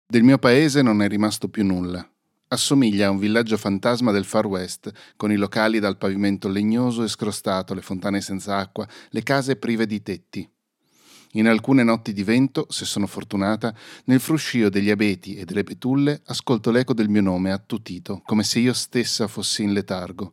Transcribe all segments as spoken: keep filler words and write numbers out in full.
Del mio paese non è rimasto più nulla. Assomiglia a un villaggio fantasma del Far West, con i locali dal pavimento legnoso e scrostato, le fontane senza acqua, le case prive di tetti. In alcune notti di vento, se sono fortunata, nel fruscio degli abeti e delle betulle ascolto l'eco del mio nome attutito, come se io stessa fossi in letargo.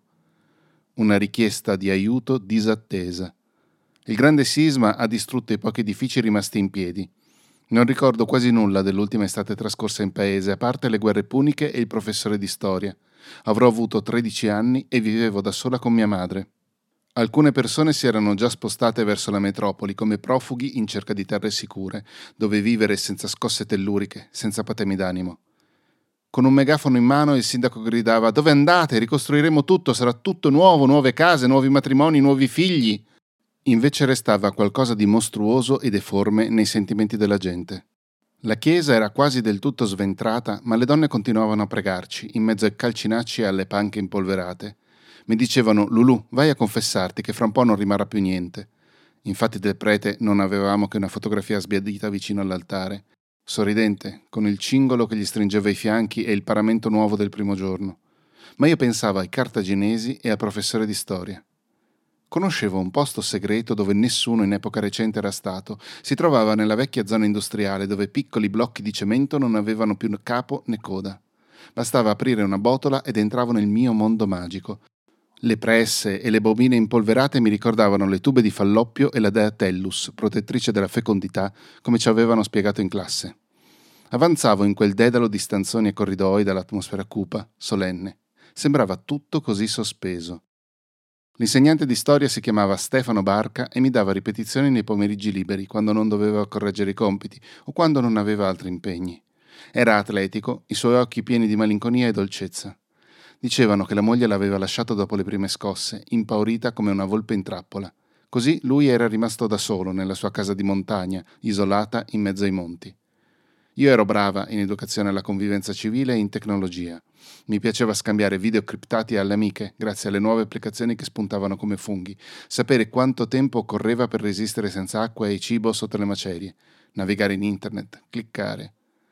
Una richiesta di aiuto disattesa. Il grande sisma ha distrutto i pochi edifici rimasti in piedi. Non ricordo quasi nulla dell'ultima estate trascorsa in paese, a parte le guerre puniche e il professore di storia. Avrò avuto tredici anni e vivevo da sola con mia madre. Alcune persone si erano già spostate verso la metropoli come profughi in cerca di terre sicure, dove vivere senza scosse telluriche, senza patemi d'animo. Con un megafono in mano il sindaco gridava: «Dove andate? Ricostruiremo tutto, sarà tutto nuovo, nuove case, nuovi matrimoni, nuovi figli!» Invece restava qualcosa di mostruoso e deforme nei sentimenti della gente. La chiesa era quasi del tutto sventrata, ma le donne continuavano a pregarci, in mezzo ai calcinacci e alle panche impolverate. Mi dicevano: «Lulù, vai a confessarti che fra un po' non rimarrà più niente». Infatti del prete non avevamo che una fotografia sbiadita vicino all'altare, sorridente, con il cingolo che gli stringeva i fianchi e il paramento nuovo del primo giorno. Ma io pensavo ai cartaginesi e al professore di storia. Conoscevo un posto segreto dove nessuno in epoca recente era stato. Si trovava nella vecchia zona industriale dove piccoli blocchi di cemento non avevano più capo né coda. Bastava aprire una botola ed entravo nel mio mondo magico. Le presse e le bobine impolverate mi ricordavano le tube di Falloppio e la dea Tellus, protettrice della fecondità, come ci avevano spiegato in classe. Avanzavo in quel dedalo di stanzoni e corridoi dall'atmosfera cupa, solenne. Sembrava tutto così sospeso. L'insegnante di storia si chiamava Stefano Barca e mi dava ripetizioni nei pomeriggi liberi, quando non doveva correggere i compiti o quando non aveva altri impegni. Era atletico, i suoi occhi pieni di malinconia e dolcezza. Dicevano che la moglie l'aveva lasciato dopo le prime scosse, impaurita come una volpe in trappola. Così lui era rimasto da solo nella sua casa di montagna, isolata in mezzo ai monti. Io ero brava in educazione alla convivenza civile e in tecnologia. Mi piaceva scambiare video criptati alle amiche, grazie alle nuove applicazioni che spuntavano come funghi, sapere quanto tempo occorreva per resistere senza acqua e cibo sotto le macerie, navigare in internet, cliccare.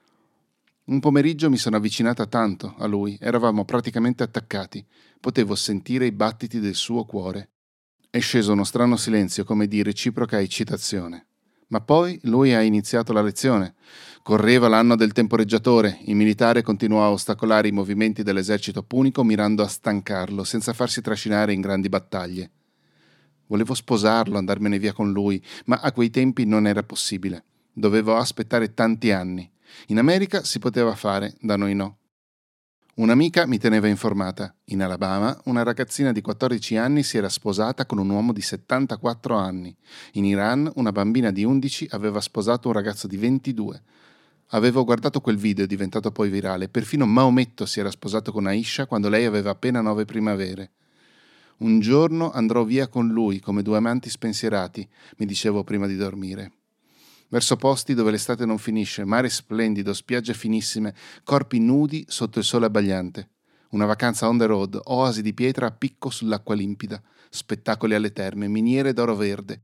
Un pomeriggio mi sono avvicinata tanto a lui, eravamo praticamente attaccati, potevo sentire i battiti del suo cuore. È sceso uno strano silenzio come di reciproca eccitazione. Ma poi lui ha iniziato la lezione. Correva l'anno del temporeggiatore, il militare continuò a ostacolare i movimenti dell'esercito punico mirando a stancarlo, senza farsi trascinare in grandi battaglie. Volevo sposarlo, andarmene via con lui, ma a quei tempi non era possibile. Dovevo aspettare tanti anni. In America si poteva fare, da noi no. Un'amica mi teneva informata. In Alabama una ragazzina di quattordici anni si era sposata con un uomo di settantaquattro anni. In Iran una bambina di undici aveva sposato un ragazzo di ventidue. Avevo guardato quel video, diventato poi virale. Perfino Maometto si era sposato con Aisha quando lei aveva appena nove primavere. Un giorno andrò via con lui, come due amanti spensierati, mi dicevo prima di dormire. Verso posti dove l'estate non finisce, mare splendido, spiagge finissime, corpi nudi sotto il sole abbagliante. Una vacanza on the road, oasi di pietra a picco sull'acqua limpida, spettacoli alle terme, miniere d'oro verde.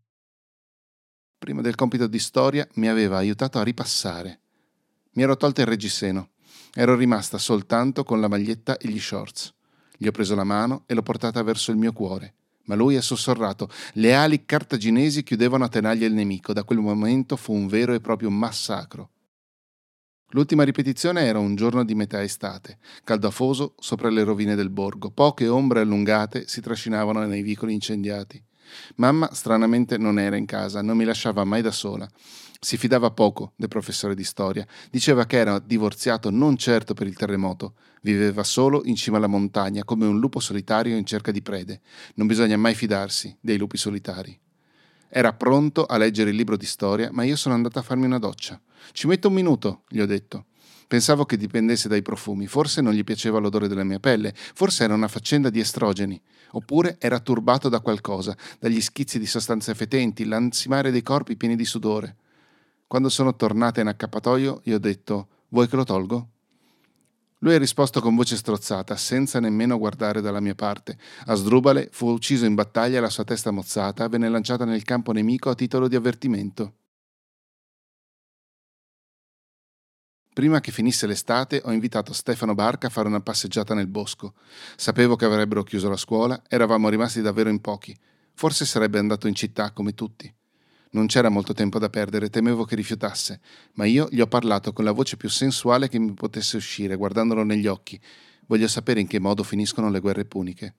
Prima del compito di storia mi aveva aiutato a ripassare. Mi ero tolta il reggiseno. Ero rimasta soltanto con la maglietta e gli shorts. Gli ho preso la mano e l'ho portata verso il mio cuore. Ma lui ha sussurrato. Le ali cartaginesi chiudevano a tenaglia il nemico. Da quel momento fu un vero e proprio massacro. L'ultima ripetizione era un giorno di metà estate, caldo afoso sopra le rovine del borgo. Poche ombre allungate si trascinavano nei vicoli incendiati. Mamma stranamente non era in casa, non mi lasciava mai da sola. Si fidava poco del professore di storia. Diceva che era divorziato non certo per il terremoto. Viveva solo in cima alla montagna, come un lupo solitario in cerca di prede. Non bisogna mai fidarsi dei lupi solitari. Era pronto a leggere il libro di storia, ma io sono andata a farmi una doccia. «Ci metto un minuto», gli ho detto. Pensavo che dipendesse dai profumi, forse non gli piaceva l'odore della mia pelle, forse era una faccenda di estrogeni, oppure era turbato da qualcosa, dagli schizzi di sostanze fetenti, l'ansimare dei corpi pieni di sudore. Quando sono tornata in accappatoio, gli ho detto: «Vuoi che lo tolgo?» Lui ha risposto con voce strozzata, senza nemmeno guardare dalla mia parte. Asdrubale fu ucciso in battaglia e la sua testa mozzata venne lanciata nel campo nemico a titolo di avvertimento. Prima che finisse l'estate ho invitato Stefano Barca a fare una passeggiata nel bosco. Sapevo che avrebbero chiuso la scuola, eravamo rimasti davvero in pochi. Forse sarebbe andato in città come tutti. Non c'era molto tempo da perdere, temevo che rifiutasse, ma io gli ho parlato con la voce più sensuale che mi potesse uscire, guardandolo negli occhi. Voglio sapere in che modo finiscono le guerre puniche.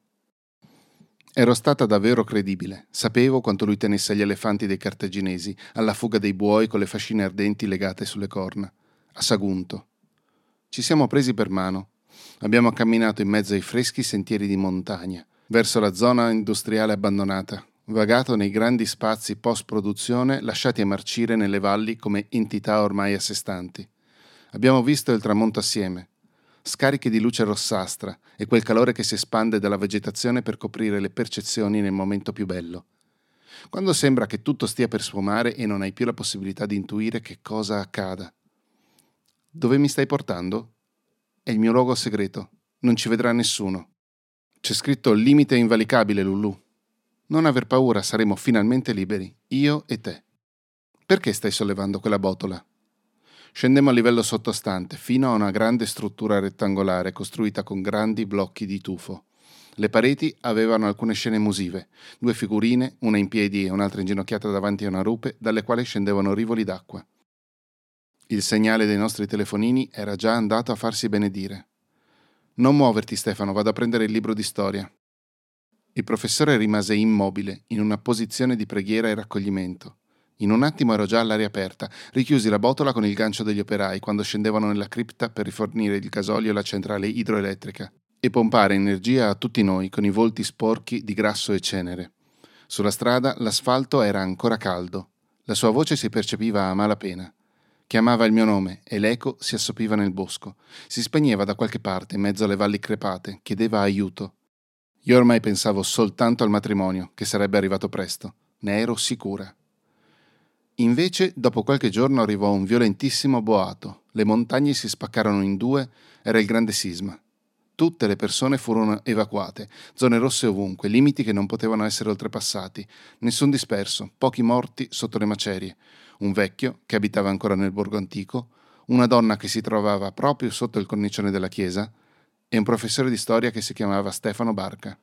Ero stata davvero credibile. Sapevo quanto lui tenesse agli elefanti dei cartaginesi, alla fuga dei buoi con le fascine ardenti legate sulle corna. A Sagunto. Ci siamo presi per mano. Abbiamo camminato in mezzo ai freschi sentieri di montagna, verso la zona industriale abbandonata, vagato nei grandi spazi post-produzione lasciati a marcire nelle valli come entità ormai a sé stanti. Abbiamo visto il tramonto assieme, scariche di luce rossastra e quel calore che si espande dalla vegetazione per coprire le percezioni nel momento più bello. Quando sembra che tutto stia per sfumare e non hai più la possibilità di intuire che cosa accada. Dove mi stai portando? È il mio luogo segreto. Non ci vedrà nessuno. C'è scritto limite invalicabile, Lulù. Non aver paura, saremo finalmente liberi, io e te. Perché stai sollevando quella botola? Scendemmo a livello sottostante, fino a una grande struttura rettangolare costruita con grandi blocchi di tufo. Le pareti avevano alcune scene musive, due figurine, una in piedi e un'altra inginocchiata davanti a una rupe, dalle quali scendevano rivoli d'acqua. Il segnale dei nostri telefonini era già andato a farsi benedire. Non muoverti, Stefano, vado a prendere il libro di storia. Il professore rimase immobile, in una posizione di preghiera e raccoglimento. In un attimo ero già all'aria aperta, richiusi la botola con il gancio degli operai quando scendevano nella cripta per rifornire il gasolio alla centrale idroelettrica e pompare energia a tutti noi con i volti sporchi di grasso e cenere. Sulla strada l'asfalto era ancora caldo. La sua voce si percepiva a malapena. Chiamava il mio nome e l'eco si assopiva nel bosco. Si spegneva da qualche parte in mezzo alle valli crepate, chiedeva aiuto. Io ormai pensavo soltanto al matrimonio, che sarebbe arrivato presto. Ne ero sicura. Invece, dopo qualche giorno arrivò un violentissimo boato. Le montagne si spaccarono in due, era il grande sisma. Tutte le persone furono evacuate, zone rosse ovunque, limiti che non potevano essere oltrepassati, nessun disperso, pochi morti sotto le macerie, un vecchio che abitava ancora nel borgo antico, una donna che si trovava proprio sotto il cornicione della chiesa e un professore di storia che si chiamava Stefano Barca.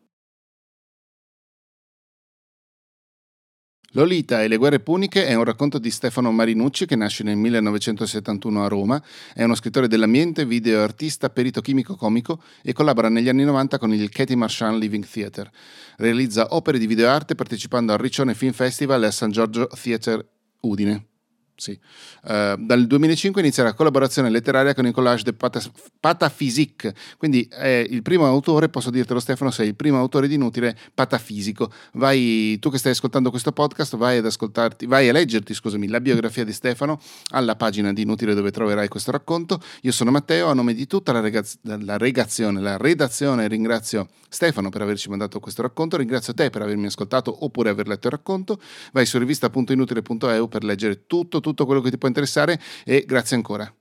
Lolita e le guerre puniche è un racconto di Stefano Marinucci che nasce nel millenovecentosettantuno a Roma, è uno scrittore dell'ambiente, videoartista, perito chimico comico e collabora negli anni novanta con il Katie Marchand Living Theatre. Realizza opere di videoarte partecipando al Riccione Film Festival e al San Giorgio Theatre Udine. Sì. Uh, dal duemilacinque inizia la collaborazione letteraria con il collage de Patas- Pataphysique, quindi è il primo autore, posso dirtelo Stefano, sei il primo autore di Inutile patafisico. Vai, tu che stai ascoltando questo podcast, vai ad ascoltarti, vai a leggerti, scusami, la biografia di Stefano alla pagina di Inutile dove troverai questo racconto. Io sono Matteo, a nome di tutta la, regaz- la regazione, la redazione, ringrazio Stefano per averci mandato questo racconto, ringrazio te per avermi ascoltato oppure aver letto il racconto. Vai su rivista punto inutile punto e u per leggere tutto tutto quello che ti può interessare e grazie ancora.